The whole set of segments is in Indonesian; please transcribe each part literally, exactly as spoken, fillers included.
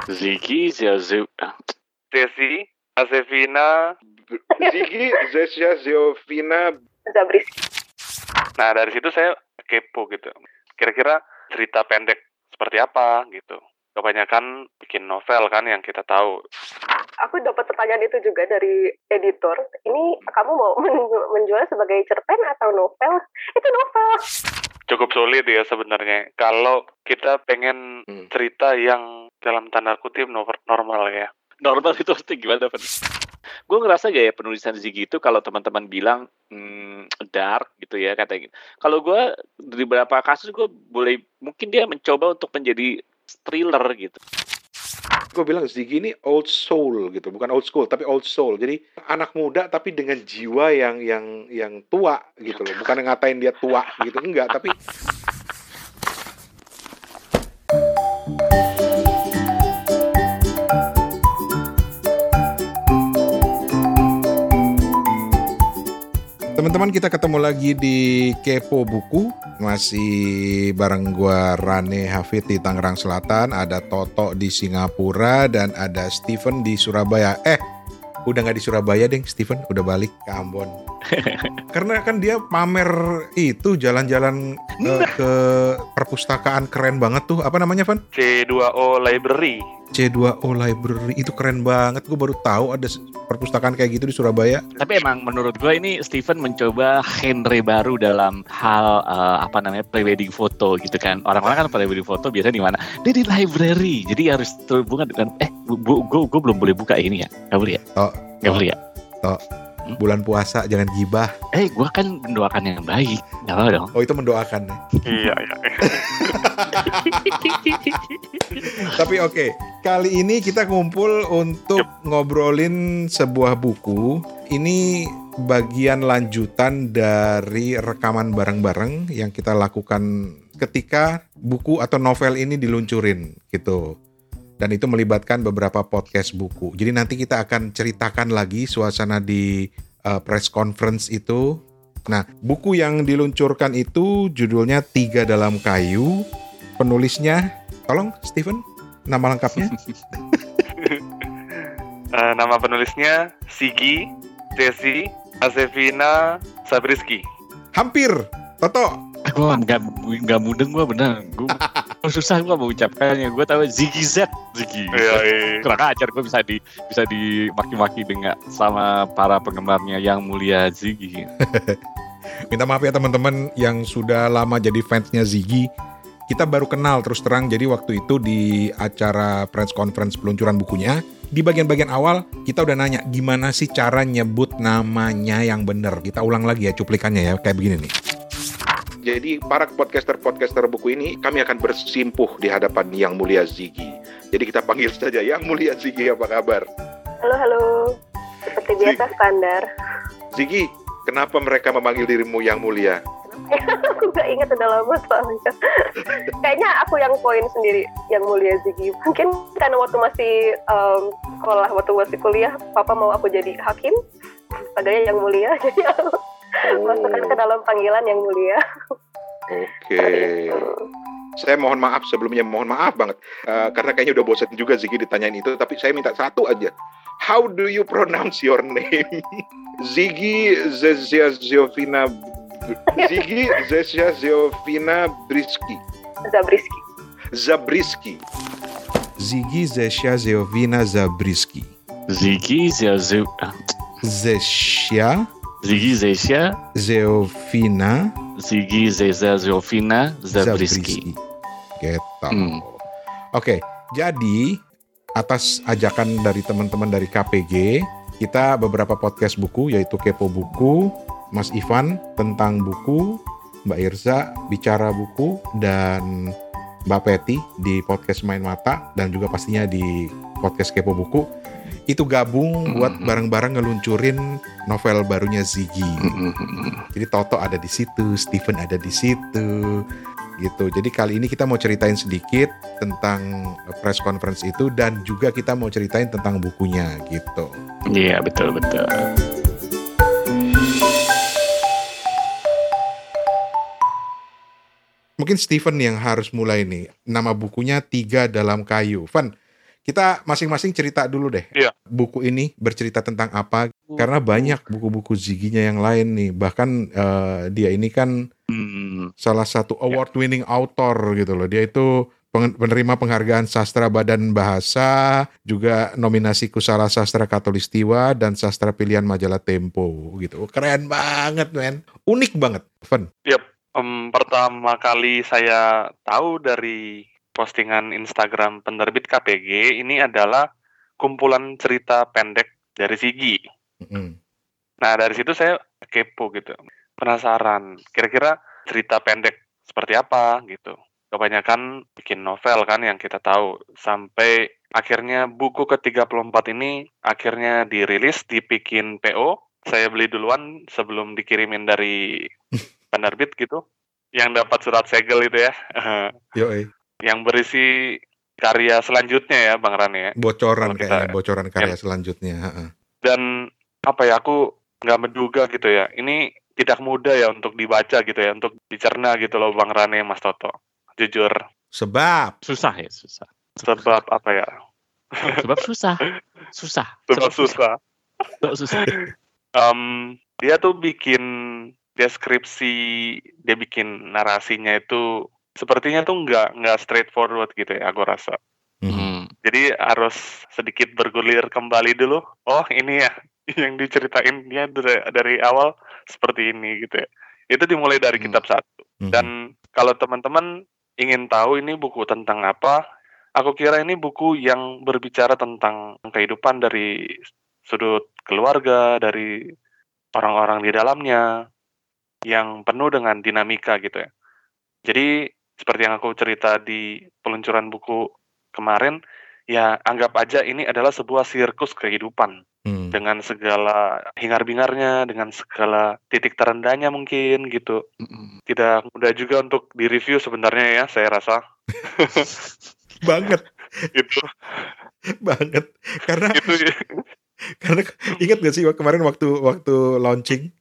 Ziggy Zazu Desi Azevina Ziggy Zesya Zeovina Zabriskie. Nah dari situ saya kepo gitu. Kira-kira cerita pendek seperti apa gitu. Kebanyakan bikin novel kan yang kita tahu. Aku dapat pertanyaan itu juga dari editor. Ini kamu mau men- menjual sebagai cerpen atau novel? Itu novel. Cukup sulit ya sebenarnya. Kalau kita pengen Hmm. cerita yang dalam tanda kutip no- normal ya. normal itu artinya gimana, Van? Gue ngerasa gaya penulisan Ziggy itu kalau teman-teman bilang hmm, dark gitu ya katanya. Kalau gue di beberapa kasus gue boleh mungkin dia mencoba untuk menjadi thriller gitu. Gue bilang Ziggy ini old soul gitu, bukan old school tapi old soul. Jadi anak muda tapi dengan jiwa yang yang yang tua gitu loh. Bukan ngatain dia tua gitu, enggak, tapi teman-teman, kita ketemu lagi di Kepo Buku. Masih bareng gua Rane Hafid di Tangerang Selatan, ada Toto di Singapura, dan ada Steven di Surabaya. Eh, udah gak di Surabaya deh, Steven udah balik ke Ambon. Karena kan dia pamer itu jalan-jalan eh, ke perpustakaan keren banget tuh. Apa namanya, Van? C dua O Library. C dua O Library, itu keren banget. Gue baru tahu ada perpustakaan kayak gitu di Surabaya. Tapi emang menurut gue ini Steven mencoba genre baru dalam hal uh, apa namanya pre-wedding foto gitu kan. Orang-orang kan pre-wedding foto biasanya di mana? Dia di library. Jadi harus terhubungan dengan eh gue gue belum boleh buka ini ya. Gak boleh ya? Oh, Gak boleh ya? Oh, bulan puasa jangan gibah. Eh gue kan mendoakan yang baik. Gak apa dong. Oh, itu mendoakan. Iya, iya. Tapi oke, okay. Kali ini kita ngumpul untuk ngobrolin sebuah buku. Ini bagian lanjutan dari rekaman bareng-bareng yang kita lakukan ketika buku atau novel ini diluncurin gitu. Dan itu melibatkan beberapa podcast buku. Jadi nanti kita akan ceritakan lagi suasana di uh, press conference itu. Nah, buku yang diluncurkan itu judulnya Tiga Dalam Kayu. Penulisnya, tolong Steven, nama lengkapnya? uh, nama penulisnya Ziggy Desi Azevina Zabriskie. Hampir, Toto. Gue nggak nggak mudeng gue bener. Gue susah gue mau ucapkannya. Gue tahu Ziggy Z, Ziggy. Iya, iya. Kurang ajar gue bisa di bisa dimaki-maki dengan sama para penggemarnya yang mulia Ziggy. Minta maaf ya teman-teman yang sudah lama jadi fansnya Ziggy. Kita baru kenal terus terang. Jadi waktu itu di acara press conference peluncuran bukunya, di bagian-bagian awal kita udah nanya gimana sih cara nyebut namanya yang bener. Kita ulang lagi ya cuplikannya ya, kayak begini nih. Jadi para podcaster-podcaster buku ini kami akan bersimpuh di hadapan Yang Mulia Ziggy. Jadi kita panggil saja Yang Mulia Ziggy, apa kabar? Halo, halo. Seperti biasa standar. Ziggy, kenapa mereka memanggil dirimu Yang Mulia? Aku gak ingat udah lama soalnya. Kayaknya aku yang poin sendiri Yang Mulia Ziggy. Mungkin karena waktu masih um, sekolah, waktu masih kuliah, papa mau aku jadi hakim. Padahal Yang Mulia, jadi aku oh. masukkan ke dalam panggilan Yang Mulia. Oke. Okay. Saya mohon maaf sebelumnya, mohon maaf banget. Uh, karena kayaknya udah bosan juga Ziggy ditanyain itu. Tapi saya minta satu aja. How do you pronounce your name? Ziggy Zesya Zeovina Ziggy Zesya Zeovina Zabriskie. Zabriskie. Zabriskie. Ziggy Zesya Zeovina Zabriskie. Ziggy Zazu Zesya Ziggy Zesya Zeovina Ziggy Zesya Zeovina Zabriskie. Gitu. Hmm. Oke, jadi atas ajakan dari teman-teman dari K P G, kita beberapa podcast buku yaitu Kepo Buku, Mas Ivan tentang buku, Mbak Irza bicara buku, dan Mbak Peti di podcast Main Mata, dan juga pastinya di podcast Kepo Buku. Itu gabung buat bareng-bareng ngeluncurin novel barunya Ziggy. Jadi Toto ada di situ, Steven ada di situ, gitu. Jadi kali ini kita mau ceritain sedikit tentang press conference itu, dan juga kita mau ceritain tentang bukunya, gitu. Iya, betul betul. Mungkin Steven yang harus mulai nih. Nama bukunya Tiga Dalam Kayu. Van, Kita masing-masing cerita dulu deh. Iya. Buku ini bercerita tentang apa? Karena banyak buku-buku Ziggy-nya yang lain nih. Bahkan uh, dia ini kan Hmm. salah satu award-winning author gitu loh. Dia itu peng- penerima penghargaan Sastra Badan Bahasa, juga nominasi Kusala Sastra Katulistiwa dan Sastra Pilihan Majalah Tempo gitu. Keren banget, men. Unik banget, Fun. Yap. Um, pertama kali saya tahu dari postingan Instagram penerbit K P G ini adalah kumpulan cerita pendek dari Ziggy. Mm-hmm. Nah, dari situ saya kepo gitu. Penasaran, kira-kira cerita pendek seperti apa gitu. Kebanyakan bikin novel kan yang kita tahu. Sampai akhirnya buku ke tiga puluh empat ini akhirnya dirilis, dibikin P O. Saya beli duluan sebelum dikirimin dari penerbit gitu. Yang dapat surat segel itu ya. Yoi. Yang berisi karya selanjutnya ya Bang Rani ya. Bocoran Kalau kita- kayaknya, bocoran karya Ya. selanjutnya. Ha-ha. Dan apa ya, aku nggak menduga gitu ya. Ini tidak mudah ya untuk dibaca gitu ya, untuk dicerna gitu loh Bang Rani, Mas Toto. Jujur. Sebab Susah ya, susah. Sebab apa ya? Sebab susah. Susah. Sebab susah. Sebab susah. Em, dia tuh bikin deskripsi, dia bikin narasinya itu sepertinya tuh nggak nggak straightforward gitu ya, aku rasa. Hmm. Hmm. Jadi harus sedikit bergulir kembali dulu. Oh ini ya yang diceritain dia dari, dari awal seperti ini gitu ya. Itu dimulai dari Hmm. kitab satu. Mhm. Dan kalau teman-teman ingin tahu ini buku tentang apa, aku kira ini buku yang berbicara tentang kehidupan dari sudut keluarga, dari orang-orang di dalamnya, yang penuh dengan dinamika gitu ya. Jadi seperti yang aku cerita di peluncuran buku kemarin, ya anggap aja ini adalah sebuah sirkus kehidupan. Hmm. Dengan segala hingar-bingarnya, dengan segala titik terendahnya mungkin gitu. Mm-mm. Tidak mudah juga untuk direview sebenarnya ya, saya rasa. banget, Itu, banget. Karena itu karena ingat gak sih kemarin waktu waktu launching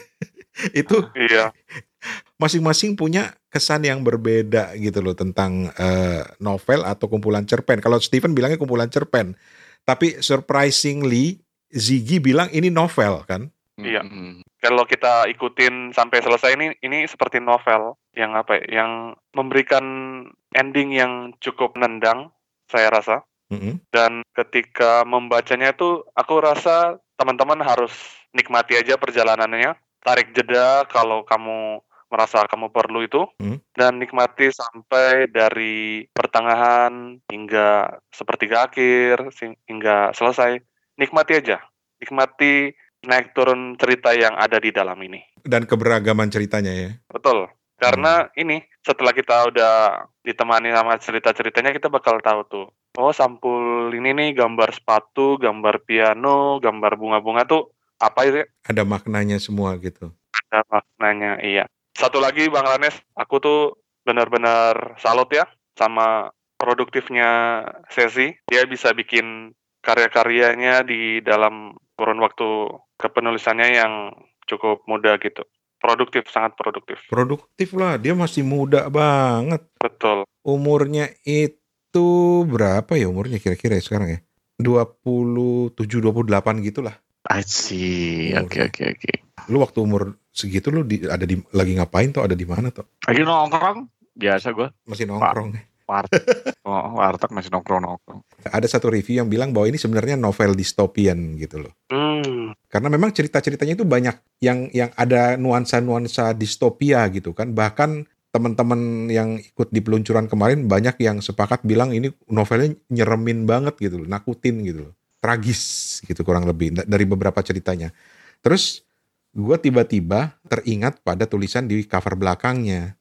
itu iya, masing-masing punya kesan yang berbeda gitu loh tentang eh, novel atau kumpulan cerpen. Kalau Stephen bilangnya kumpulan cerpen, tapi surprisingly Ziggy bilang ini novel kan? Iya. Mm-mm. kalau kita ikutin sampai selesai ini, ini seperti novel yang apa ya, yang memberikan ending yang cukup nendang, saya rasa. Mm-mm. Dan ketika membacanya itu, aku rasa teman-teman harus nikmati aja perjalanannya. Tarik jeda kalau kamu merasa kamu perlu itu. Hmm. Dan nikmati sampai dari pertengahan hingga sepertiga akhir, sing- hingga selesai. Nikmati aja. Nikmati naik turun cerita yang ada di dalam ini. Dan keberagaman ceritanya ya. Betul. Karena ini, setelah kita udah ditemani sama cerita-ceritanya, kita bakal tahu tuh. Oh, sampul ini nih, gambar sepatu, gambar piano, gambar bunga-bunga tuh, apa itu? Ada maknanya semua gitu. Ada maknanya, iya. Satu lagi, Bang Ranes, aku tuh benar-benar salut ya sama produktifnya Sesi. Dia bisa bikin karya-karyanya di dalam kurun waktu kepenulisannya yang cukup mudah gitu. Produktif, sangat produktif. Produktif lah, dia masih muda banget. Betul. Umurnya itu berapa ya umurnya kira-kira ya sekarang ya? dua puluh tujuh dua puluh delapan gitulah. I see. Oke, oke, oke. Lu waktu umur segitu lu di, ada di lagi ngapain tuh? Ada di mana tuh? Lagi nongkrong. Biasa gue. Masih nongkrong. Warteg. Oh, warteg masih nongkrong-nongkrong. Ada satu review yang bilang bahwa ini sebenarnya novel dystopian gitu loh. Hmm. Karena memang cerita-ceritanya itu banyak yang yang ada nuansa-nuansa distopia gitu kan. Bahkan teman-teman yang ikut di peluncuran kemarin banyak yang sepakat bilang ini novelnya nyeremin banget gitu loh, nakutin gitu loh. Tragis gitu kurang lebih dari beberapa ceritanya. Terus gue tiba-tiba teringat pada tulisan di cover belakangnya.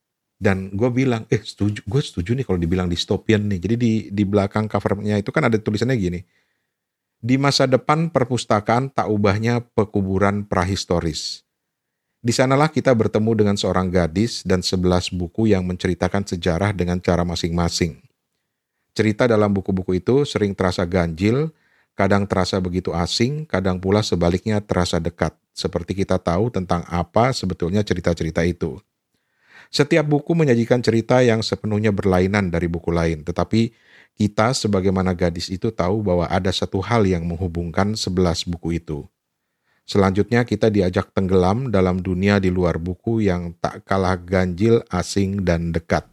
Dan gue bilang, eh setuju, gue setuju nih kalau dibilang dystopian nih. Jadi di di belakang covernya itu kan ada tulisannya gini. Di masa depan perpustakaan tak ubahnya pekuburan prahistoris. Di sanalah kita bertemu dengan seorang gadis dan sebelas buku yang menceritakan sejarah dengan cara masing-masing. Cerita dalam buku-buku itu sering terasa ganjil, kadang terasa begitu asing, kadang pula sebaliknya terasa dekat. Seperti kita tahu tentang apa sebetulnya cerita-cerita itu. Setiap buku menyajikan cerita yang sepenuhnya berlainan dari buku lain, tetapi kita sebagaimana gadis itu tahu bahwa ada satu hal yang menghubungkan sebelas buku itu. Selanjutnya kita diajak tenggelam dalam dunia di luar buku yang tak kalah ganjil, asing, dan dekat.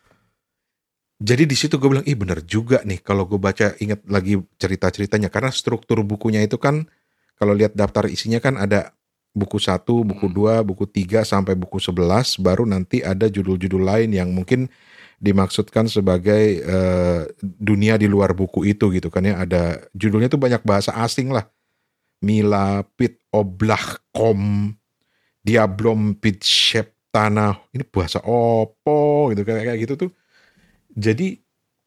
Jadi di situ gue bilang, ih bener juga nih kalau gue baca ingat lagi cerita-ceritanya. Karena struktur bukunya itu kan, kalau lihat daftar isinya kan ada buku satu, buku dua, buku tiga, sampai buku sebelas. Baru nanti ada judul-judul lain yang mungkin dimaksudkan sebagai uh, dunia di luar buku itu gitu kan ya. Ada judulnya tuh banyak bahasa asing lah. Mila Pit Oblachkom, Diablom Pit Sheptana, ini bahasa opo gitu kayak kayak gitu tuh. Jadi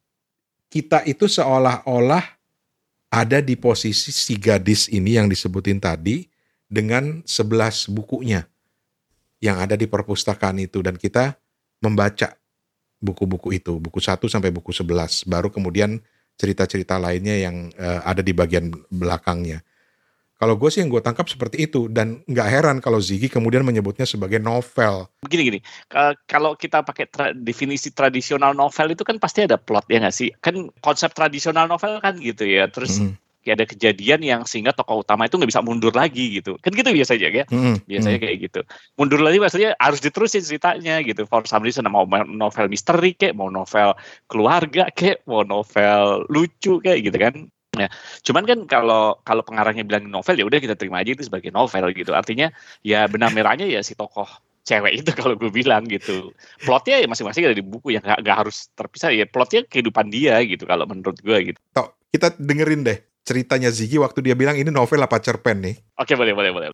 kita itu seolah-olah ada di posisi si gadis ini yang disebutin tadi dengan sebelas bukunya yang ada di perpustakaan itu, dan kita membaca buku-buku itu, buku satu sampai buku sebelas, baru kemudian cerita-cerita lainnya yang uh, ada di bagian belakangnya. Kalau gue sih yang gue tangkap seperti itu, dan nggak heran kalau Ziggy kemudian menyebutnya sebagai novel. Begini-gini, uh, kalau kita pakai tra- definisi tradisional novel itu kan pasti ada plot, ya nggak sih? Kan konsep tradisional novel kan gitu ya, terus mm-hmm. kayak ada kejadian yang sehingga tokoh utama itu nggak bisa mundur lagi gitu. Kan gitu biasanya ya, mm-hmm. biasanya kayak gitu. Mundur lagi maksudnya harus diterusin ceritanya gitu. For some reason, mau novel misteri kayak, mau novel keluarga kayak, mau novel lucu kayak gitu kan. Ya, cuman kan kalau kalau pengarangnya bilang novel, ya udah kita terima aja itu sebagai novel gitu. Artinya ya benang merahnya ya si tokoh cewek itu kalau gue bilang gitu. Plotnya ya masing-masing ada di buku, yang gak, gak harus terpisah ya. Plotnya kehidupan dia gitu kalau menurut gue gitu. Tok, kita dengerin deh ceritanya Ziggy waktu dia bilang ini novel apa cerpen nih. Oke, boleh boleh boleh.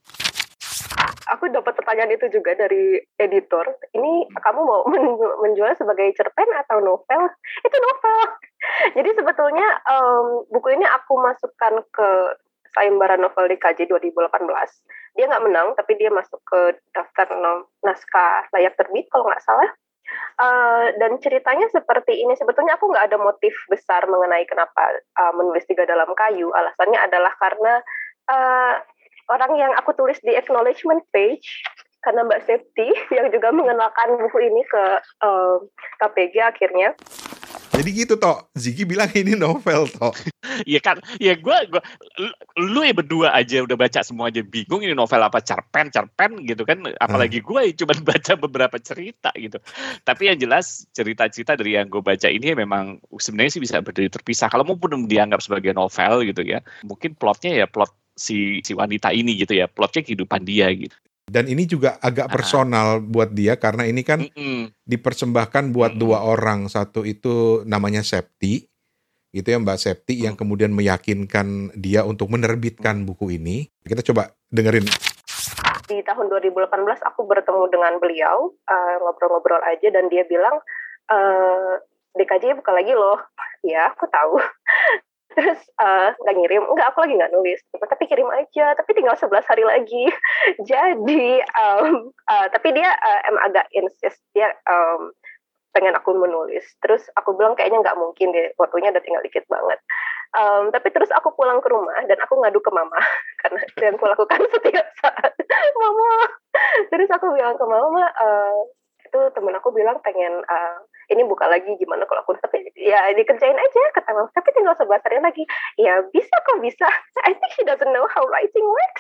Aku dapat pertanyaan itu juga dari editor. Ini kamu mau menjual sebagai cerpen atau novel? Itu novel. Jadi sebetulnya um, buku ini aku masukkan ke sayembara novel D K J dua ribu delapan belas. Dia nggak menang, tapi dia masuk ke daftar naskah layak terbit kalau nggak salah. Uh, dan ceritanya seperti ini. Sebetulnya aku nggak ada motif besar mengenai kenapa uh, menulis Tiga Dalam Kayu. Alasannya adalah karena uh, orang yang aku tulis di acknowledgement page, karena Mbak Septi yang juga mengenalkan buku ini ke uh, K P G akhirnya. Jadi gitu Tok, Ziggy bilang ini novel Tok. Iya kan, ya gue, gua, lu ya berdua aja udah baca semua aja bingung ini novel apa cerpen, cerpen gitu kan. Apalagi gue ya cuma baca beberapa cerita gitu. Tapi yang jelas cerita-cerita dari yang gue baca ini memang sebenarnya sih bisa berdiri terpisah. Kalau maupun dianggap sebagai novel gitu ya, mungkin plotnya ya plot si si wanita ini gitu ya, plotnya kehidupan dia gitu. Dan ini juga agak personal ah. buat dia karena ini kan Mm-mm. dipersembahkan buat Mm-mm. dua orang. Satu itu namanya Septi, gitu ya Mbak Septi, mm. yang kemudian meyakinkan dia untuk menerbitkan buku ini. Kita coba dengerin. Di tahun dua ribu delapan belas aku bertemu dengan beliau, uh, ngobrol-ngobrol aja, dan dia bilang, uh, D K J buka lagi loh. Ya, aku tahu. Terus uh, nggak ngirim, enggak, aku lagi nggak nulis, tapi kirim aja, tapi tinggal sebelas hari lagi. Jadi, um, uh, tapi dia uh, emang agak insist, dia um, pengen aku menulis. Terus aku bilang kayaknya nggak mungkin deh, waktunya udah tinggal dikit banget. Um, tapi terus aku pulang ke rumah, dan aku ngadu ke mama, karena itu yang aku lakukan setiap saat. Mama, terus aku bilang ke mama, uh, itu temen aku bilang pengen uh, ini buka lagi, gimana kalau aku, tapi ya dikerjain aja, kata mama, tapi tinggal sebelas hari lagi. Ya bisa kok, bisa. I think she doesn't know how writing works.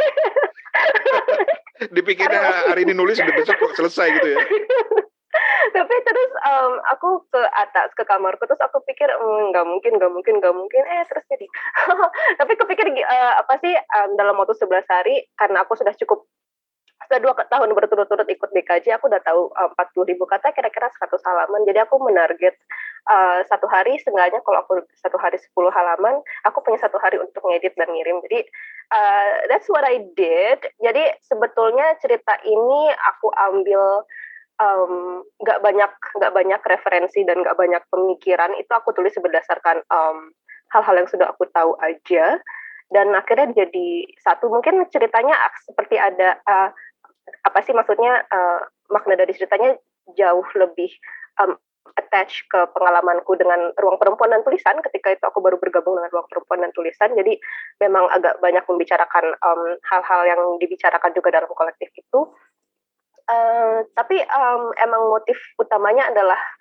Dipikirnya hari ini nulis, udah besok selesai gitu ya. Tapi terus um, aku ke atas, ke kamarku, terus aku pikir nggak mm, mungkin, nggak mungkin, nggak mungkin, eh terus jadi. Tapi kepikir uh, apa sih um, dalam waktu sebelas hari, karena aku sudah cukup setelah dua tahun berturut-turut ikut D K J, aku udah tahu uh, empat puluh ribu kata, kira-kira seratus halaman. Jadi aku menarget uh, satu hari, setengahnya kalau aku satu hari sepuluh halaman, aku punya satu hari untuk ngedit dan ngirim. Jadi uh, that's what I did. Jadi sebetulnya cerita ini aku ambil nggak um, banyak nggak banyak referensi dan nggak banyak pemikiran. Itu aku tulis berdasarkan um, hal-hal yang sudah aku tahu aja. Dan akhirnya jadi satu, mungkin ceritanya seperti ada uh, apa sih maksudnya, uh, makna dari ceritanya jauh lebih um, attach ke pengalamanku dengan Ruang Perempuan dan Tulisan. Ketika itu aku baru bergabung dengan Ruang Perempuan dan Tulisan, jadi memang agak banyak membicarakan um, hal-hal yang dibicarakan juga dalam kolektif itu. Uh, tapi um, emang motif utamanya adalah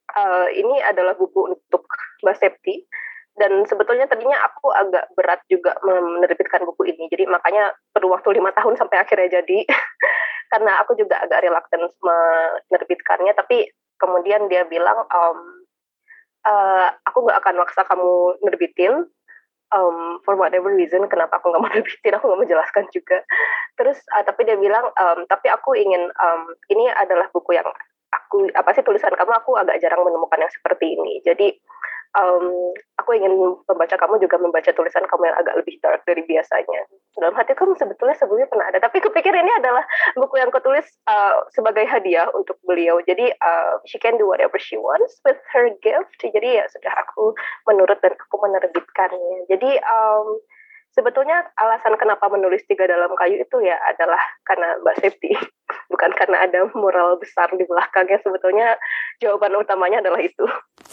uh, ini adalah buku untuk Mbak Septi. Dan sebetulnya tadinya aku agak berat juga menerbitkan buku ini. Jadi makanya perlu waktu lima tahun sampai akhirnya jadi. Karena aku juga agak reluctant menerbitkannya. Tapi kemudian dia bilang, um, uh, aku gak akan maksa kamu nerbitin. Um, for whatever reason, kenapa aku gak mau nerbitin, aku gak menjelaskan juga. Terus, uh, tapi dia bilang, um, tapi aku ingin, um, ini adalah buku yang aku, apa sih tulisan kamu, aku agak jarang menemukan yang seperti ini. Jadi, Um, aku ingin membaca kamu juga membaca tulisan kamu yang agak lebih dark dari biasanya. Dalam hati kamu sebetulnya sebelumnya pernah ada, tapi kupikir ini adalah buku yang kutulis uh, sebagai hadiah untuk beliau. Jadi uh, she can do whatever she wants with her gift. Jadi ya sudah, aku menurut dan aku menerbitkannya. Jadi um, sebetulnya alasan kenapa menulis Tiga Dalam Kayu itu ya adalah karena Mbak Septi, bukan karena ada moral besar di belakangnya. Sebetulnya jawaban utamanya adalah itu.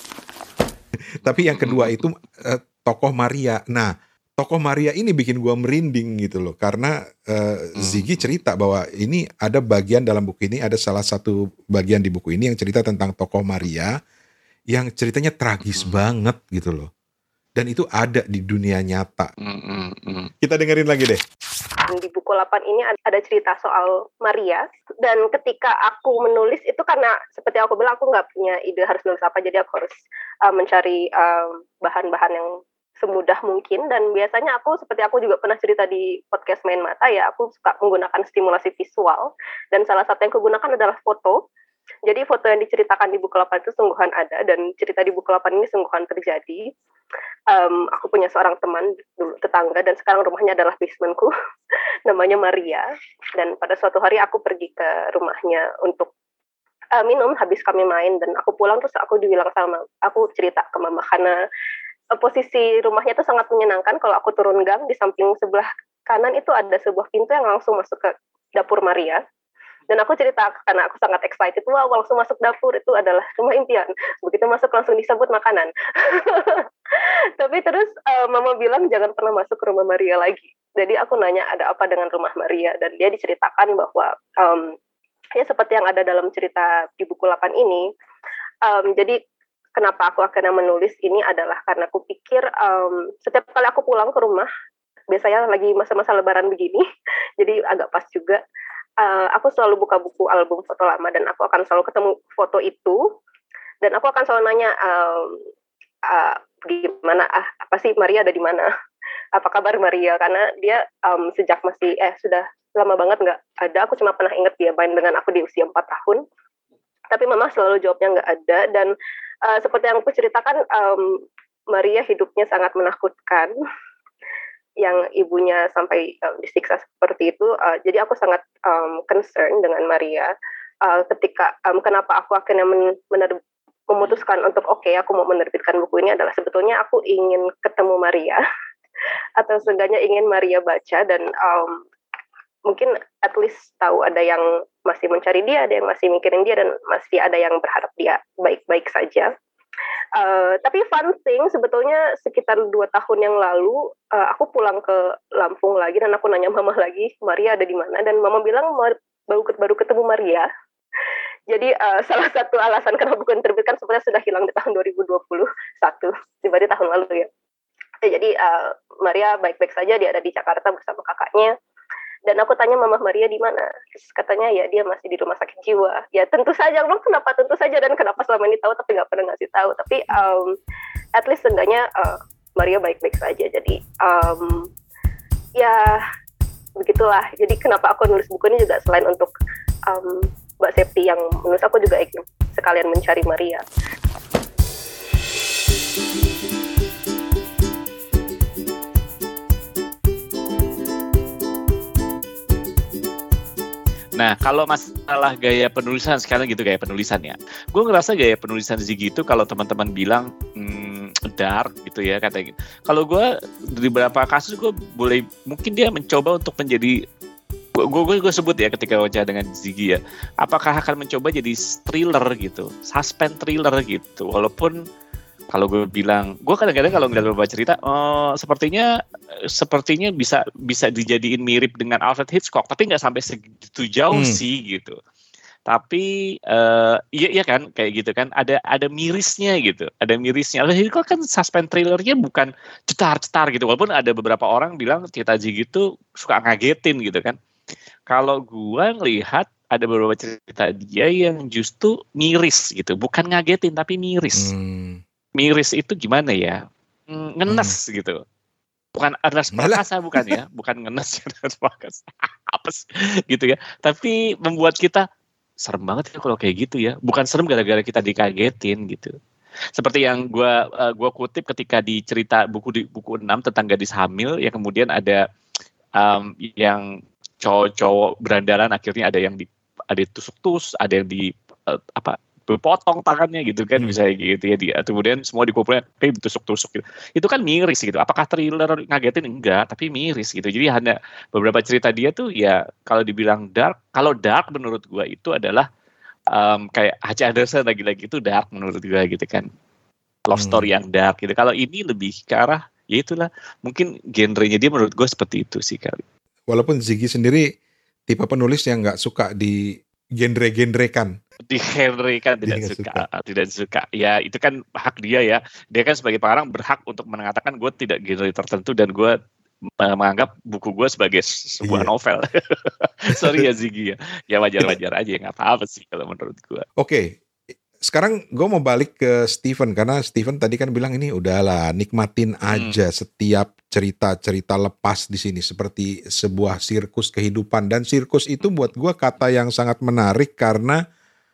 Tapi yang kedua itu uh, tokoh Maria. Nah, tokoh Maria ini bikin gua merinding gitu loh, karena uh, Ziggy cerita bahwa ini ada bagian dalam buku ini, ada salah satu bagian di buku ini yang cerita tentang tokoh Maria yang ceritanya tragis hmm. banget gitu loh. Dan itu ada di dunia nyata. Hmm, hmm. Kita dengerin lagi deh. Di buku delapan ini ada cerita soal Maria, dan ketika aku menulis itu karena seperti aku bilang, aku nggak punya ide harus nulis apa, jadi aku harus uh, mencari uh, bahan-bahan yang semudah mungkin. Dan biasanya aku, seperti aku juga pernah cerita di podcast Main Mata ya, aku suka menggunakan stimulasi visual, dan salah satu yang aku gunakan adalah foto. Jadi foto yang diceritakan di buku delapan itu sungguhan ada, dan cerita di buku delapan ini sungguhan terjadi. Um, aku punya seorang teman dulu, tetangga, dan sekarang rumahnya adalah basementku, namanya Maria. Dan pada suatu hari aku pergi ke rumahnya untuk uh, minum, habis kami main, dan aku pulang terus aku dibilang sama, aku cerita ke mama, karena uh, posisi rumahnya itu sangat menyenangkan. Kalau aku turun gang, di samping sebelah kanan itu ada sebuah pintu yang langsung masuk ke dapur Maria. Dan aku cerita karena aku sangat excited, wow, langsung masuk dapur, itu adalah rumah impian. Begitu masuk langsung disebut makanan. Tapi terus uh, mama bilang jangan pernah masuk ke rumah Maria lagi. Jadi aku nanya ada apa dengan rumah Maria, dan dia diceritakan bahwa um, ya seperti yang ada dalam cerita di buku delapan ini. Um, jadi kenapa aku akhirnya menulis ini adalah karena aku pikir um, setiap kali aku pulang ke rumah, biasanya lagi masa-masa lebaran begini, jadi agak pas juga. Uh, aku selalu buka buku album foto lama, dan aku akan selalu ketemu foto itu, dan aku akan selalu nanya um, uh, gimana ah apa sih Maria ada di mana, apa kabar Maria, karena dia um, sejak masih eh sudah lama banget nggak ada. Aku cuma pernah ingat dia main dengan aku di usia empat tahun, tapi mama selalu jawabnya nggak ada. Dan uh, seperti yang aku ceritakan, um, Maria hidupnya sangat menakutkan, yang ibunya sampai um, disiksa seperti itu. Uh, jadi aku sangat um, concern dengan Maria. Uh, ketika um, kenapa aku akhirnya men- mener- memutuskan untuk oke okay, aku mau menerbitkan buku ini adalah sebetulnya aku ingin ketemu Maria atau seenggaknya ingin Maria baca, dan um, mungkin at least tahu ada yang masih mencari dia, ada yang masih mikirin dia, dan masih ada yang berharap dia baik-baik saja. Uh, tapi fun thing, sebetulnya sekitar dua tahun yang lalu uh, aku pulang ke Lampung lagi, dan aku nanya mama lagi, Maria ada di mana? Dan mama bilang baru baru ketemu Maria. Jadi uh, salah satu alasan kenapa buku terbitkan sebenarnya sudah hilang di tahun dua ribu dua puluh satu, dibanding tahun lalu ya. Jadi uh, Maria baik-baik saja, dia ada di Jakarta bersama kakaknya. Dan aku tanya mama Maria di mana, terus katanya ya dia masih di rumah sakit jiwa. Ya tentu saja, aku bilang kenapa tentu saja, dan kenapa selama ini tahu tapi nggak pernah ngasih tahu. Tapi um, at least seenggaknya uh, Maria baik-baik saja. Jadi um, ya begitulah. Jadi kenapa aku nulis buku ini juga selain untuk um, Mbak Septi yang menurut aku juga ingin sekalian mencari Maria. Nah, kalau masalah gaya penulisan sekarang gitu, gaya penulisannya, gue ngerasa gaya penulisan Ziggy itu kalau teman-teman bilang hmm, dark gitu ya katanya. Kalau gue di beberapa kasus gue boleh mungkin dia mencoba untuk menjadi, gue gue gue sebut ya ketika wawancara dengan Ziggy ya, apakah akan mencoba jadi thriller gitu, suspense thriller gitu, walaupun kalau gue bilang, gue kadang-kadang kalau ngeliat beberapa cerita, oh, sepertinya sepertinya bisa bisa dijadiin mirip dengan Alfred Hitchcock, tapi nggak sampai segitu jauh hmm. sih gitu. Tapi uh, iya iya kan kayak gitu kan, ada ada mirisnya gitu, ada mirisnya. Jadi kok kan suspense thrillernya bukan cetar-cetar gitu, walaupun ada beberapa orang bilang cerita Ziggy itu suka ngagetin gitu kan. Kalau gua ngelihat ada beberapa cerita dia yang justru miris gitu, bukan ngagetin tapi miris. Hmm. Miris itu gimana ya? Ngenes hmm. gitu. Bukan Ernest Prakasa bukan ya, bukan ngenes Ernest Prakasa. Apa sih gitu ya. Tapi membuat kita serem banget ya kalau kayak gitu ya. Bukan serem gara-gara kita dikagetin gitu. Seperti yang gue uh, gua kutip ketika di cerita buku di buku enam tentang gadis hamil, ya kemudian ada um, yang cowok-cowok berandalan akhirnya ada yang di ada tusuk-tus, ada yang di uh, apa potong tangannya gitu kan, hmm. misalnya gitu ya dia. Kemudian semua dikumpulin kayak ditusuk-tusuk gitu. Itu kan miris gitu. Apakah thriller ngagetin? Enggak, tapi miris gitu. Jadi hanya beberapa cerita dia tuh ya kalau dibilang dark, kalau dark menurut gua itu adalah um, kayak H C Anderson lagi-lagi itu dark menurut gua gitu kan. Love hmm. story yang dark gitu. Kalau ini lebih ke arah ya itulah mungkin genrenya dia menurut gua seperti itu sih kali. Walaupun Ziggy sendiri tipe penulis yang nggak suka di genre-genrekan. Di genre kan tidak suka, suka, tidak suka. Ya itu kan hak dia ya. Dia kan sebagai pengarang berhak untuk mengatakan gue tidak genre tertentu dan gue menganggap buku gue sebagai sebuah yeah. novel. Sorry ya Ziggy ya. Ya wajar-wajar aja, nggak apa-apa sih kalau menurut gue. Oke, okay. Sekarang gue mau balik ke Steven karena Steven tadi kan bilang ini udahlah nikmatin aja hmm. setiap cerita-cerita lepas di sini seperti sebuah sirkus kehidupan, dan sirkus itu buat gue kata yang sangat menarik karena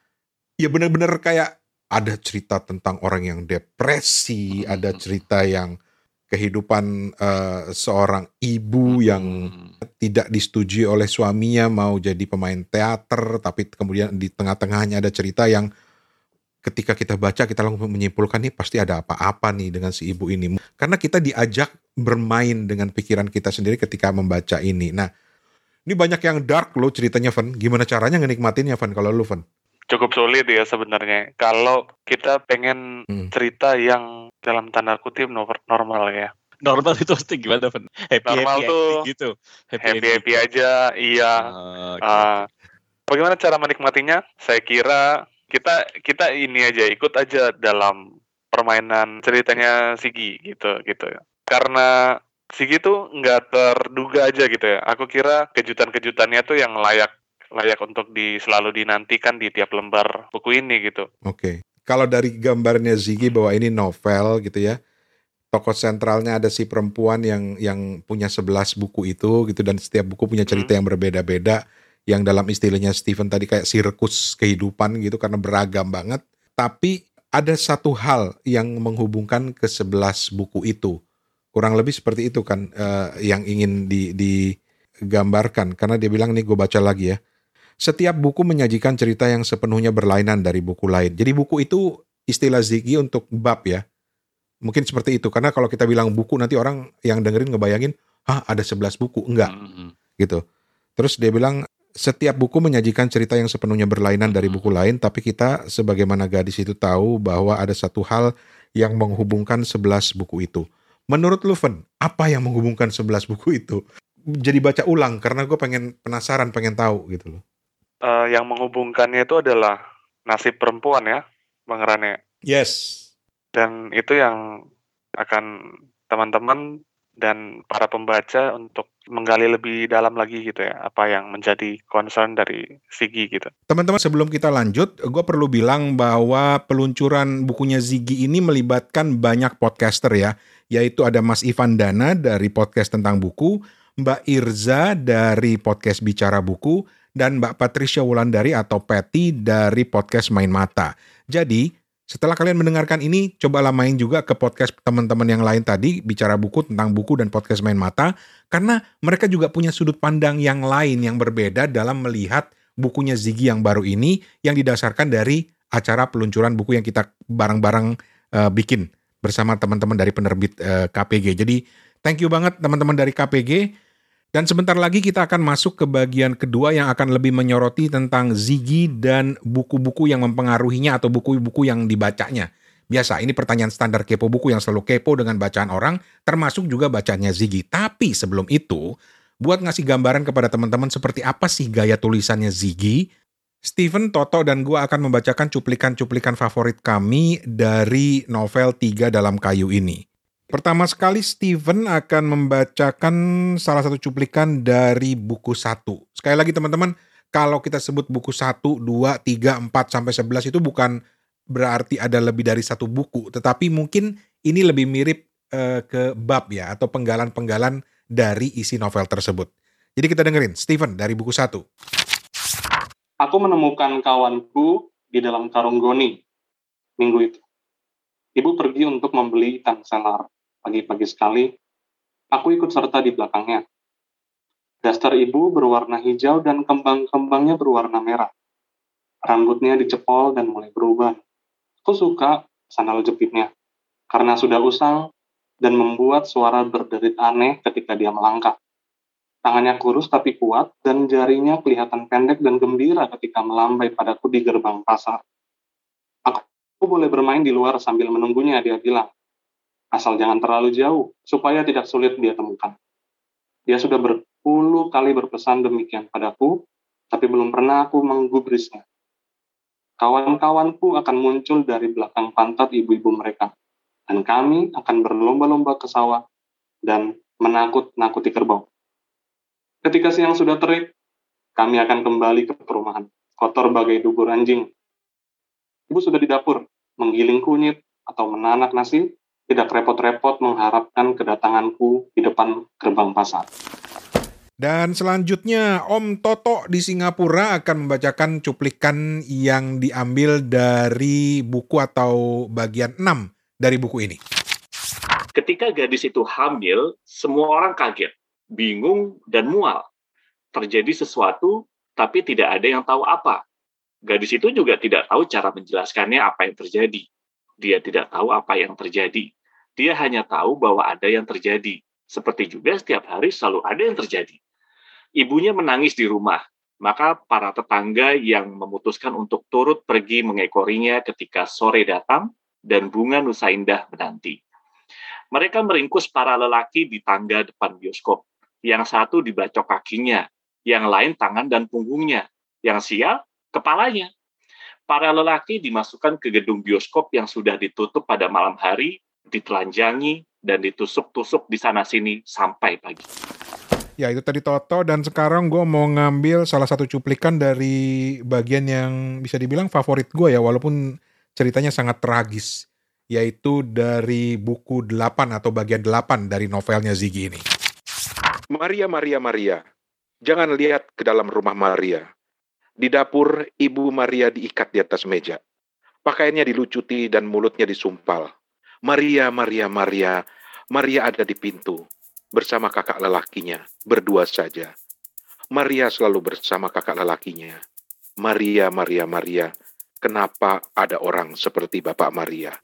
ya benar-benar kayak ada cerita tentang orang yang depresi, hmm. ada cerita yang kehidupan uh, seorang ibu hmm. yang tidak disetujui oleh suaminya mau jadi pemain teater, tapi kemudian di tengah-tengahnya ada cerita yang ketika kita baca kita langsung menyimpulkan nih pasti ada apa-apa nih dengan si ibu ini. Karena kita diajak bermain dengan pikiran kita sendiri ketika membaca ini. Nah, ini banyak yang dark loh ceritanya, Van. Gimana caranya ngenikmatinnya, Van, kalau lu, Van? Cukup sulit ya sebenarnya. Kalau kita pengen hmm. cerita yang dalam tanda kutip normal ya. Normal itu pasti gimana, Van? Happy, normal happy, tuh happy gitu. Happy, happy, happy aja, iya. Uh, okay. uh, bagaimana cara menikmatinya? Saya kira kita kita ini aja ikut aja dalam permainan ceritanya Ziggy gitu gitu ya. Karena Ziggy tuh nggak terduga aja gitu ya. Aku kira kejutan-kejutannya tuh yang layak layak untuk di selalu dinantikan di tiap lembar buku ini gitu. Oke. Okay. Kalau dari gambarnya Ziggy bahwa ini novel gitu ya. Tokoh sentralnya ada si perempuan yang yang punya sebelas buku itu gitu, dan setiap buku punya cerita hmm. yang berbeda-beda. Yang dalam istilahnya Steven tadi kayak sirkus kehidupan gitu karena beragam banget. Tapi ada satu hal yang menghubungkan ke sebelas buku itu. Kurang lebih seperti itu kan uh, yang ingin di, digambarkan. Karena dia bilang nih gue baca lagi ya. Setiap buku menyajikan cerita yang sepenuhnya berlainan dari buku lain. Jadi buku itu istilah Ziggy untuk bab ya. Mungkin seperti itu. Karena kalau kita bilang buku nanti orang yang dengerin ngebayangin, hah ada sebelas buku. Enggak mm-hmm. gitu. Terus dia bilang setiap buku menyajikan cerita yang sepenuhnya berlainan dari buku lain, tapi kita sebagaimana gadis itu tahu bahwa ada satu hal yang menghubungkan sebelas buku itu. Menurut lu, Fen, apa yang menghubungkan sebelas buku itu? Jadi baca ulang karena gue pengen penasaran, pengen tahu gitu loh. Uh, yang menghubungkannya itu adalah nasib perempuan ya, Bang Rane. Yes. Dan itu yang akan teman-teman dan para pembaca untuk menggali lebih dalam lagi gitu ya, apa yang menjadi concern dari Ziggy gitu. Teman-teman, sebelum kita lanjut, gue perlu bilang bahwa peluncuran bukunya Ziggy ini melibatkan banyak podcaster ya, yaitu ada Mas Ivan Dana dari podcast tentang buku, Mbak Irza dari podcast Bicara Buku, dan Mbak Patricia Wulandari atau Patty dari podcast Main Mata. Jadi, setelah kalian mendengarkan ini, cobalah main juga ke podcast teman-teman yang lain tadi, Bicara Buku, tentang buku, dan podcast Main Mata, karena mereka juga punya sudut pandang yang lain yang berbeda dalam melihat bukunya Ziggy yang baru ini, yang didasarkan dari acara peluncuran buku yang kita bareng-bareng uh, bikin bersama teman-teman dari penerbit uh, K P G. Jadi, thank you banget teman-teman dari K P G. Dan sebentar lagi kita akan masuk ke bagian kedua yang akan lebih menyoroti tentang Ziggy dan buku-buku yang mempengaruhinya atau buku-buku yang dibacanya. Biasa, ini pertanyaan standar kepo buku yang selalu kepo dengan bacaan orang, termasuk juga bacaannya Ziggy. Tapi sebelum itu, buat ngasih gambaran kepada teman-teman seperti apa sih gaya tulisannya Ziggy, Steven, Toto, dan gua akan membacakan cuplikan-cuplikan favorit kami dari novel Tiga Dalam Kayu ini. Pertama sekali Steven akan membacakan salah satu cuplikan dari buku satu. Sekali lagi teman-teman, kalau kita sebut buku satu, dua, tiga, empat, sampai sebelas itu bukan berarti ada lebih dari satu buku. Tetapi mungkin ini lebih mirip eh, ke bab ya, atau penggalan-penggalan dari isi novel tersebut. Jadi kita dengerin, Steven dari buku satu. Aku menemukan kawanku di dalam karung goni minggu itu. Ibu pergi untuk membeli ikan selar. Pagi-pagi sekali, aku ikut serta di belakangnya. Daster ibu berwarna hijau dan kembang-kembangnya berwarna merah. Rambutnya dicepol dan mulai berubah. Aku suka sandal jepitnya, karena sudah usang dan membuat suara berderit aneh ketika dia melangkah. Tangannya kurus tapi kuat, dan jarinya kelihatan pendek dan gembira ketika melambai padaku di gerbang pasar. Aku boleh bermain di luar sambil menunggunya, dia bilang. Asal jangan terlalu jauh, supaya tidak sulit dia temukan. Dia sudah berpuluh kali berpesan demikian padaku, tapi belum pernah aku menggubrisnya. Kawan-kawanku akan muncul dari belakang pantat ibu-ibu mereka, dan kami akan berlomba-lomba ke sawah dan menakut-nakuti kerbau. Ketika siang sudah terik, kami akan kembali ke perumahan, kotor bagai dubur anjing. Ibu sudah di dapur, menggiling kunyit atau menanak nasi, tidak repot-repot mengharapkan kedatanganku di depan gerbang pasar. Dan selanjutnya Om Toto di Singapura akan membacakan cuplikan yang diambil dari buku atau bagian enam dari buku ini. Ketika gadis itu hamil, semua orang kaget, bingung, dan mual. Terjadi sesuatu, tapi tidak ada yang tahu apa. Gadis itu juga tidak tahu cara menjelaskannya apa yang terjadi. Dia tidak tahu apa yang terjadi. Dia hanya tahu bahwa ada yang terjadi. Seperti juga setiap hari selalu ada yang terjadi. Ibunya menangis di rumah. Maka para tetangga yang memutuskan untuk turut pergi mengekorinya ketika sore datang dan bunga Nusa Indah menanti. Mereka meringkus para lelaki di tangga depan bioskop. Yang satu dibacok kakinya, yang lain tangan dan punggungnya, yang sial, kepalanya. Para lelaki dimasukkan ke gedung bioskop yang sudah ditutup pada malam hari, ditelanjangi, dan ditusuk-tusuk di sana-sini sampai pagi. Ya, itu tadi Toto, dan sekarang gue mau ngambil salah satu cuplikan dari bagian yang bisa dibilang favorit gue ya, walaupun ceritanya sangat tragis, yaitu dari buku delapan atau bagian delapan dari novelnya Ziggy ini. Maria, Maria, Maria, jangan lihat ke dalam rumah Maria. Di dapur, Ibu Maria diikat di atas meja. Pakaiannya dilucuti dan mulutnya disumpal. Maria, Maria, Maria, Maria ada di pintu, bersama kakak lelakinya, berdua saja. Maria selalu bersama kakak lelakinya. Maria, Maria, Maria, kenapa ada orang seperti Bapak Maria?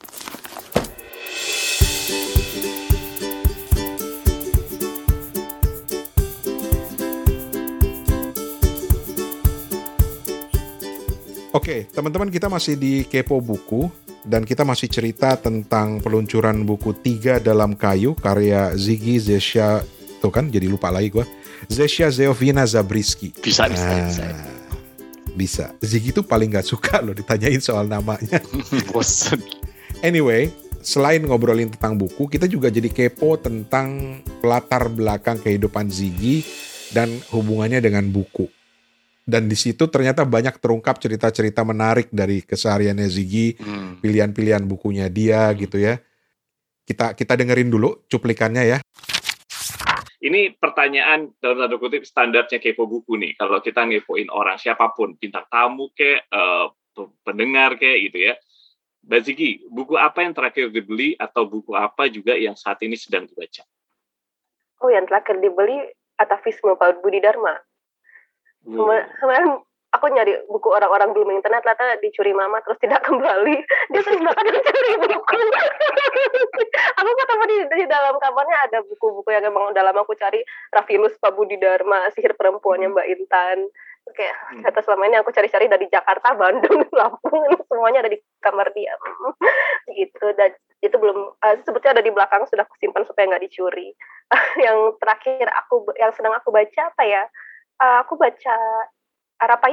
Oke, teman-teman, kita masih di Kepo Buku dan kita masih cerita tentang peluncuran buku Tiga Dalam Kayu karya Ziggy Zesha, tuh kan jadi lupa lagi gue, Zesha Zeovina Zabriskie. Bisa, bisa, nah, bisa. Bisa. Ziggy tuh paling gak suka loh ditanyain soal namanya. Bosen. Anyway, selain ngobrolin tentang buku, kita juga jadi kepo tentang latar belakang kehidupan Ziggy dan hubungannya dengan buku. Dan di situ ternyata banyak terungkap cerita-cerita menarik dari kesehariannya Ziggy, hmm. pilihan-pilihan bukunya dia gitu ya. Kita kita dengerin dulu cuplikannya ya. Ini pertanyaan dalam tanda kutip standarnya kepo buku nih. Kalau kita ngepoin orang siapapun, bintang tamu kayak, uh, pendengar kayak gitu ya. Mbak Ziggy, buku apa yang terakhir dibeli atau buku apa juga yang saat ini sedang dibaca? Oh, yang terakhir dibeli Atavisme Pak Budi Dharma. Kemarin aku nyari buku orang-orang belum internet, ternyata dicuri mama terus tidak kembali. Dia sering banget mencuri buku. Aku ketemu di, di dalam kamarnya ada buku-buku yang emang udah lama aku cari. Rafinus Pak Budi Dharma, Sihir Perempuannya Mbak Intan. Kayak kata selama ini aku cari-cari dari Jakarta, Bandung, Lampung, semuanya ada di kamar dia. Gitu. Dan itu belum uh, sebetulnya ada di belakang, sudah aku simpan supaya nggak dicuri. Yang terakhir aku yang sedang aku baca apa ya? Uh, aku baca Arapaima,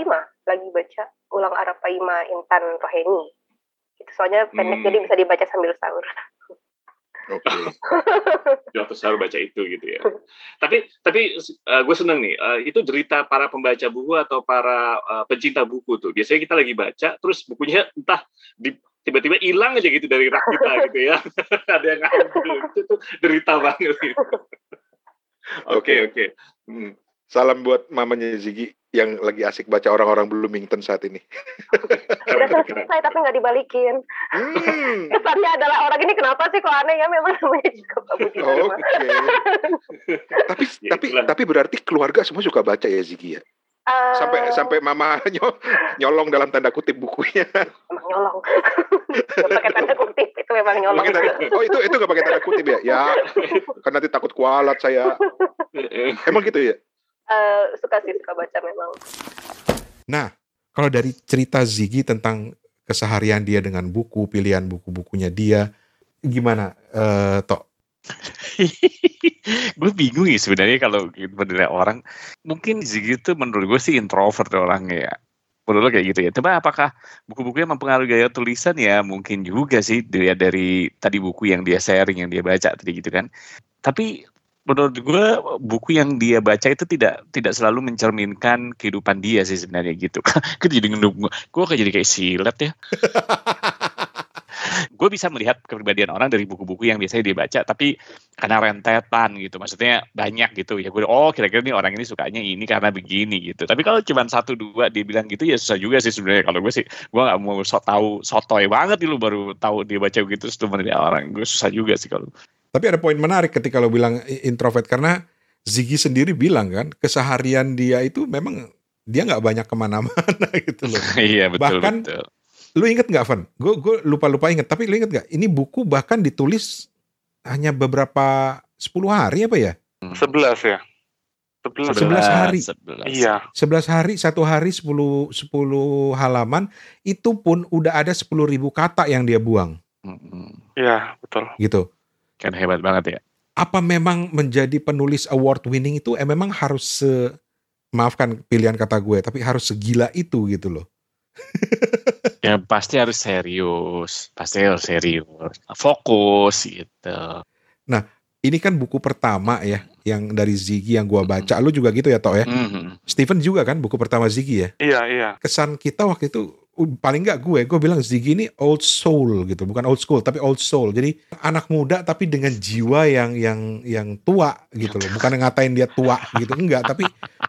lagi baca Ulang Arapaima Intan Roheni. Itu soalnya pendek Hmm. jadi bisa dibaca sambil sahur. Oke. Di waktu sahur baca itu gitu ya. Tapi tapi uh, gue seneng nih. Uh, itu derita para pembaca buku atau para uh, pencinta buku tuh. Biasanya kita lagi baca, terus bukunya entah di, tiba-tiba hilang aja gitu dari rak kita gitu ya. Ada yang ngambil. Itu tuh derita banget. Gitu. Oke oke. Hmm. Salam buat mamanya Ziggy yang lagi asik baca orang-orang Bloomington saat ini. Udah selesai tapi nggak dibalikin. Hmm. Kesannya adalah orang ini kenapa sih kok aneh ya, memang namanya juga Pak Budi Dharma. Oke. Tapi Ya, tapi itulah. tapi berarti keluarga semua suka baca ya Ziggy ya? Eh, Sampai sampai mama ny- nyolong dalam tanda kutip bukunya. emang nyolong. Nggak pakai tanda kutip, itu memang nyolong. Pakai tanda- oh itu itu nggak pakai tanda kutip ya? Ya kan nanti takut kualat saya. Emang gitu ya? Eh, suka sih, suka baca memang. Nah, kalau dari cerita Ziggy tentang keseharian dia dengan buku, pilihan buku-bukunya dia, gimana, eh, Tok? Gue bingung ya sebenarnya kalau menilai orang. Mungkin Ziggy itu menurut gue sih introvert orangnya ya. Menurut lo kayak gitu ya. Coba apakah buku-bukunya mempengaruhi gaya tulisan ya? Mungkin juga sih dilihat dari tadi buku yang dia sharing, yang dia baca tadi gitu kan. Tapi menurut gue buku yang dia baca itu tidak tidak selalu mencerminkan kehidupan dia sih sebenarnya gitu. Kita jadi ngendung, gue kayak jadi kayak silet ya. Gue bisa melihat kepribadian orang dari buku-buku yang biasanya dia baca, tapi karena rentetan gitu, maksudnya banyak gitu ya. Gue oh kira-kira nih orang ini sukanya ini karena begini gitu. Tapi kalau cuma satu dua dia bilang gitu ya susah juga sih sebenarnya. Kalau gue sih gue nggak mau so tahu sotoy banget lu baru tahu dia baca begitu terus menilai orang. Gue susah juga sih kalau. Tapi ada poin menarik ketika lo bilang introvert, karena Ziggy sendiri bilang kan, keseharian dia itu memang dia nggak banyak kemana-mana gitu loh. Iya betul Bahkan, betul. Lu inget nggak, Van? Gue gue lupa-lupa inget. Tapi lu inget nggak? Ini buku bahkan ditulis hanya beberapa sepuluh hari apa ya? Sebelas ya. Sebelas. Sebelas hari. sebelas. Iya. sebelas hari, satu hari sepuluh sepuluh halaman. Itu pun udah ada sepuluh ribu kata yang dia buang. Mm-mm. Iya, betul. Gitu. Kan hebat banget ya. Apa memang menjadi penulis award winning itu eh, memang harus se... Maafkan pilihan kata gue, tapi harus segila itu gitu loh. Ya pasti harus serius, pasti harus serius, fokus gitu. Nah, ini kan buku pertama ya, yang dari Ziggy yang gua baca. Lu juga gitu ya, Tok ya? Mm-hmm. Steven juga kan buku pertama Ziggy ya? Iya, iya. Kesan kita waktu itu, uh, paling nggak gue, gue bilang Ziggy ini old soul gitu, bukan old school tapi old soul. Jadi anak muda tapi dengan jiwa yang yang yang tua gitu loh. Bukan ngatain dia tua gitu, enggak, tapi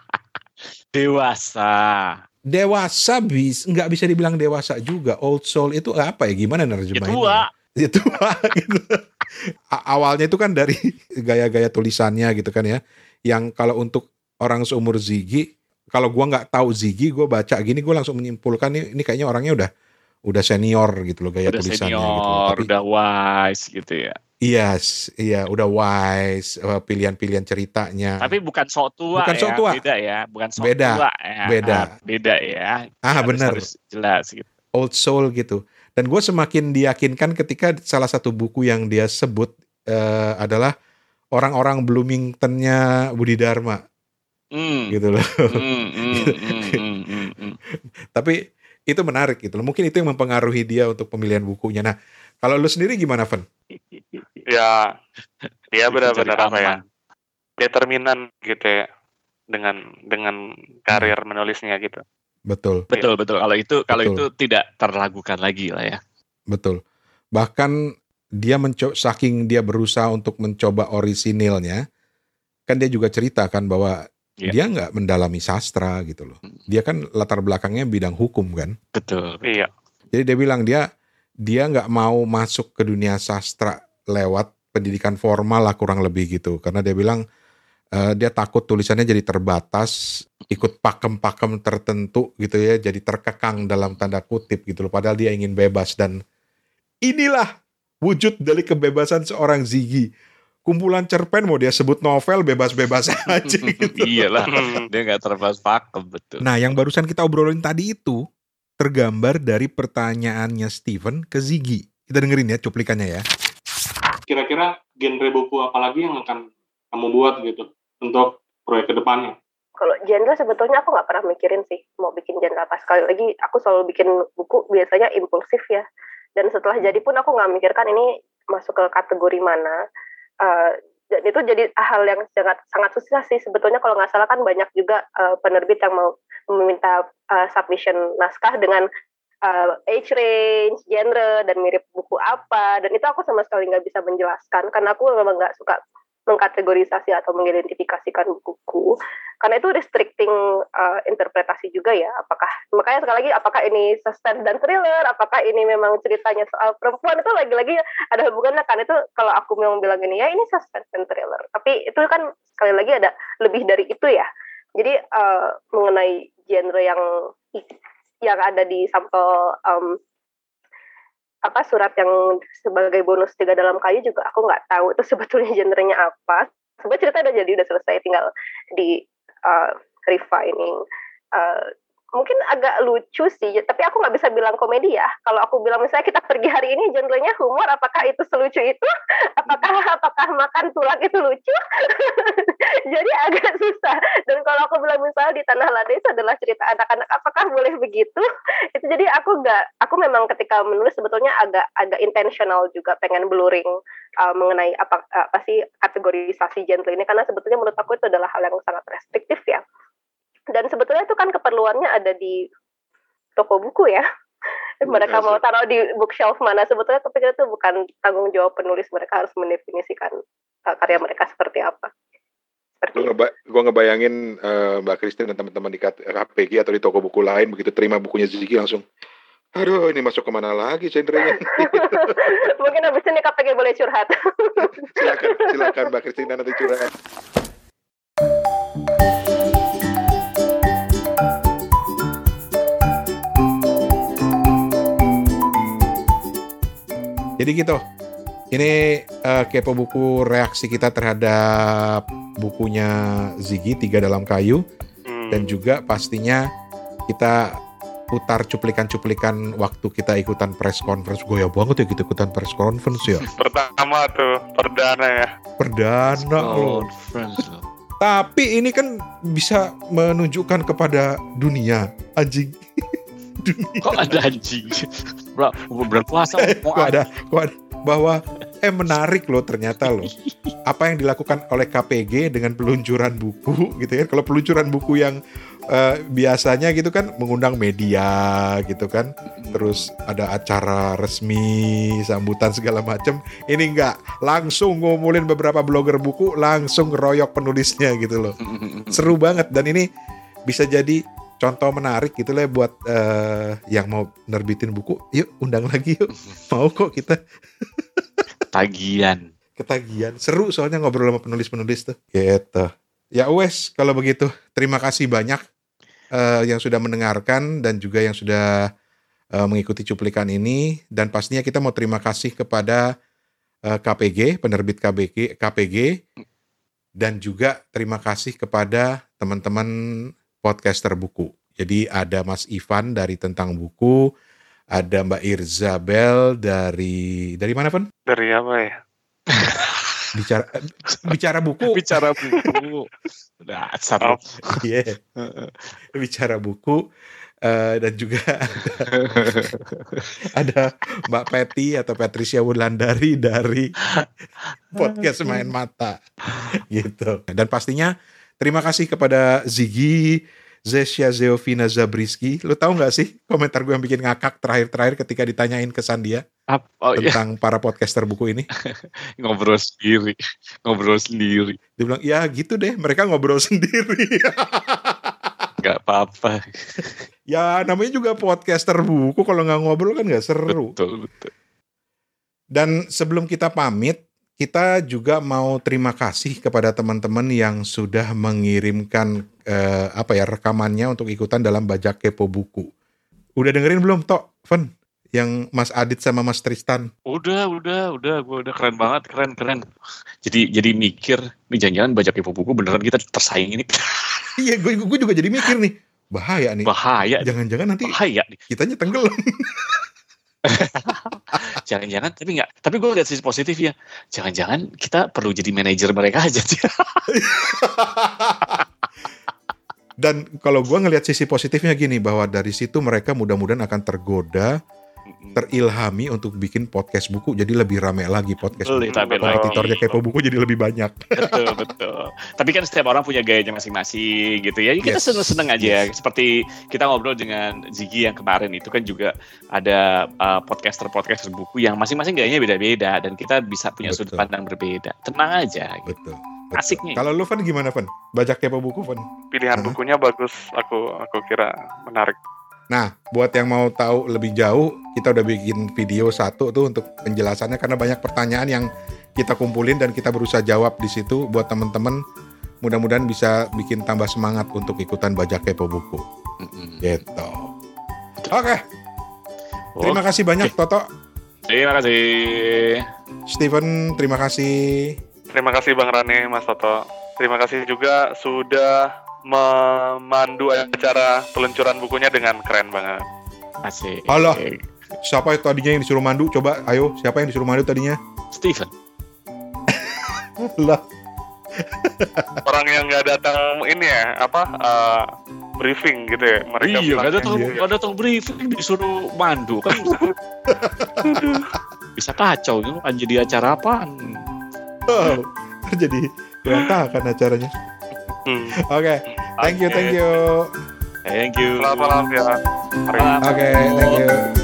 Dewasa. dewasa bis nggak bisa dibilang dewasa juga. Old soul itu apa ya, gimana Ya nerjemahinnya? tua. Ya tua gitu. A- awalnya itu kan dari gaya-gaya tulisannya gitu kan ya, yang kalau untuk orang seumur Ziggy, kalau gua nggak tahu Ziggy, gua baca gini gua langsung menyimpulkan nih, ini kayaknya orangnya udah udah senior gitu loh gaya Udah tulisannya senior, gitu loh. Tapi udah wise gitu ya. yes, iya udah wise, eh, pilihan-pilihan ceritanya. Tapi bukan sok tua Bukan ya, sok tua. beda ya, bukan sok Beda, tua ya. beda. Ah, beda ya. Ah, Harus- bener. Harus jelas gitu. Old soul gitu. Dan gue semakin diyakinkan ketika salah satu buku yang dia sebut eh, adalah orang-orang Bloomington-nya Budi Dharma Hmm. gitu loh. Hmm, hmm, hmm, hmm, hmm, hmm. Tapi itu menarik gitu loh. Mungkin itu yang mempengaruhi dia untuk pemilihan bukunya. Nah, kalau lu sendiri gimana, Van? Ya, dia Cari benar-benar apa ya? aman. Determinan gitu ya dengan dengan karir menulisnya gitu. Betul, Betul betul. Kalau itu kalau Betul. itu tidak terlakukan lagi lah ya. betul. Bahkan dia menco- saking dia berusaha untuk mencoba orisinilnya, kan dia juga ceritakan bahwa Iya. dia nggak mendalami sastra gitu loh. Dia kan latar belakangnya bidang hukum kan. Betul. Iya. Jadi dia bilang dia dia nggak mau masuk ke dunia sastra lewat pendidikan formal lah kurang lebih gitu. Karena dia bilang eh, dia takut tulisannya jadi terbatas, ikut pakem-pakem tertentu gitu ya, jadi terkekang dalam tanda kutip gitu loh. Padahal dia ingin bebas, dan inilah wujud dari kebebasan seorang Ziggy. Kumpulan cerpen mau dia sebut novel bebas-bebas aja gitu. Iyalah, Hmm. dia nggak terbatas pakem betul. Nah, yang barusan kita obrolin tadi itu tergambar dari pertanyaannya Steven ke Ziggy. Kita dengerin ya cuplikannya ya. Kira-kira genre buku apa lagi yang akan kamu buat gitu untuk proyek kedepannya? Kalau genre sebetulnya aku nggak pernah mikirin sih mau bikin genre apa. Sekali lagi aku selalu bikin buku biasanya impulsif ya. Dan setelah jadi pun aku nggak mikirkan ini masuk ke kategori mana. Uh, dan itu jadi hal yang sangat sangat susah sih sebetulnya. Kalau nggak salah kan banyak juga uh, penerbit yang mau meminta uh, submission naskah dengan uh, age range, genre, dan mirip buku apa. Dan itu aku sama sekali nggak bisa menjelaskan karena aku memang nggak suka mengkategorisasi atau mengidentifikasikan bukuku karena itu restricting uh, interpretasi juga ya. Apakah makanya sekali lagi apakah ini suspense dan thriller, apakah ini memang ceritanya soal perempuan, itu lagi-lagi ada hubungannya kan. Itu kalau aku memang bilang ini ya ini suspense dan thriller, tapi itu kan sekali lagi ada lebih dari itu ya. Jadi uh, mengenai genre yang yang ada di sampel um, apa surat yang sebagai bonus tiga dalam kayu juga aku nggak tahu itu sebetulnya genrenya apa. Sebenarnya cerita udah jadi udah selesai, tinggal di uh, refining. Uh, mungkin agak lucu sih, tapi aku nggak bisa bilang komedi ya. Kalau aku bilang misalnya kita pergi hari ini genrenya humor, apakah itu selucu itu? Apakah apakah makan tulang itu lucu? Jadi agak susah. Dan kalau aku bilang misalnya di Tanah Lada itu adalah cerita anak-anak, apakah boleh begitu? Itu jadi aku nggak, aku memang ketika menulis sebetulnya agak agak intentional juga pengen blurring uh, mengenai apa apa sih kategorisasi genre ini, karena sebetulnya menurut aku itu adalah hal yang sangat restriktif ya. Dan sebetulnya itu kan keperluannya ada di toko buku ya. Mereka mau taruh di bookshelf mana, sebetulnya tapi itu bukan tanggung jawab penulis. Mereka harus mendefinisikan uh, karya mereka seperti apa. Gue ngeba- ngebayangin uh, Mbak Christine dan teman-teman di K P G atau di toko buku lain begitu terima bukunya Ziggy langsung, aduh ini masuk kemana lagi genrenya. Mungkin habis ini K P G boleh curhat. silakan silakan Mbak Christine nanti curhat. Jadi gitu, ini uh, Kepo Buku reaksi kita terhadap bukunya Ziggy Tiga Dalam Kayu, hmm. dan juga pastinya kita putar cuplikan-cuplikan waktu kita ikutan press conference. Goya banget ya kita ikutan press conference ya. Pertama tuh, perdana ya. Perdana loh. Tapi ini kan bisa menunjukkan kepada dunia, anjing. Dunia. Kok ada anjing? Bro, bulan puasa kok ada, kok ada bahwa eh menarik loh ternyata loh apa yang dilakukan oleh K P G dengan peluncuran buku gitu ya. Kalau peluncuran buku yang uh, biasanya gitu kan mengundang media gitu kan, terus ada acara resmi, sambutan segala macam. Ini enggak, langsung ngumpulin beberapa blogger buku, langsung ngeroyok penulisnya gitu loh. Seru banget, dan ini bisa jadi contoh menarik gitu lah buat uh, yang mau nerbitin buku. Yuk undang lagi yuk, mau kok kita. Tagihan. Ketagihan, seru soalnya ngobrol sama penulis-penulis tuh. Gitu. Ya wes, kalau begitu terima kasih banyak uh, yang sudah mendengarkan dan juga yang sudah uh, mengikuti cuplikan ini. Dan pastinya kita mau terima kasih kepada uh, K P G, penerbit K P G, K P G, dan juga terima kasih kepada teman-teman podcaster buku. Jadi ada Mas Ivan dari Tentang Buku, ada Mbak Irzabel dari dari mana, Van? Dari apa ya? Bicara bicara buku. Bicara buku. Dasar. Oh. Iya. Yeah. Bicara buku. Uh, dan juga ada, ada Mbak Peti atau Patricia Wulandari dari podcast Main Mata gitu. Dan pastinya terima kasih kepada Ziggy, Zesya Zeovina Zabriski. Lu tahu nggak sih komentar gue yang bikin ngakak terakhir-terakhir ketika ditanyain kesan dia oh, tentang iya. para podcaster buku ini? Ngobrol sendiri, ngobrol sendiri. Dia bilang, ya gitu deh, mereka ngobrol sendiri. Gak apa-apa. Ya namanya juga podcaster buku, kalau nggak ngobrol kan nggak seru. Betul, betul. Dan sebelum kita pamit, kita juga mau terima kasih kepada teman-teman yang sudah mengirimkan eh, apa ya rekamannya untuk ikutan dalam Bajak Kepo Buku. Udah dengerin belum, Tok? Van, yang Mas Adit sama Mas Tristan? Udah, udah, udah, gue udah keren banget, keren, keren. Jadi, jadi mikir, nih jangan-jangan Bajak Kepo Buku beneran kita tersaing ini. Iya, gue, gue juga jadi mikir nih, bahaya nih. Bahaya. Jangan-jangan nanti bahaya nih. Kitanya tenggelam. Jangan-jangan, tapi nggak. Tapi gue lihat sisi positif ya. Jangan-jangan kita perlu jadi manajer mereka aja sih. Dan kalau gue ngelihat sisi positifnya gini, bahwa dari situ mereka mudah-mudahan akan tergoda, terilhami untuk bikin podcast buku, jadi lebih rame lagi podcast Betul, buku. rame Kompetitornya lagi. Kepo Buku jadi lebih banyak. Betul, betul. Tapi kan setiap orang punya gayanya masing-masing gitu ya. Kita Yes, seneng-seneng aja. yes. Seperti kita ngobrol dengan Ziggy yang kemarin itu kan juga ada uh, podcaster-podcaster buku yang masing-masing gayanya beda-beda dan kita bisa punya sudut Betul. pandang berbeda. Tenang aja. Gitu. Betul. Asiknya. Kalau lu Van gimana Van? Baca Kepo Buku Van? Pilihan Hah? bukunya bagus, aku aku kira menarik. Nah, buat yang mau tahu lebih jauh, kita udah bikin video satu tuh untuk penjelasannya karena banyak pertanyaan yang kita kumpulin dan kita berusaha jawab di situ buat teman-teman. Mudah-mudahan bisa bikin tambah semangat untuk ikutan baca Kepo Buku. Mm-mm. Gitu. Oke. Terima kasih banyak Toto. Terima kasih. Steven, terima kasih. Terima kasih Bang Rane, Mas Toto. Terima kasih juga sudah memandu acara peluncuran bukunya dengan keren banget. Asik. Alah. Siapa tadinya yang disuruh mandu? Coba, ayo. Siapa yang disuruh mandu tadinya? Steven. Lah. Orang yang nggak datang ini ya, apa uh, briefing gitu ya. Mereka Iya, bilangnya nggak datang, gitu ya. nggak datang briefing disuruh mandu kan. Bisa kacau, itu akan jadi acara apaan? Oh, jadi berantakan acaranya. Hmm. Oke, thank you, thank you. Thank you. Selamat malam ya. Hari. Malam. Oke, thank you.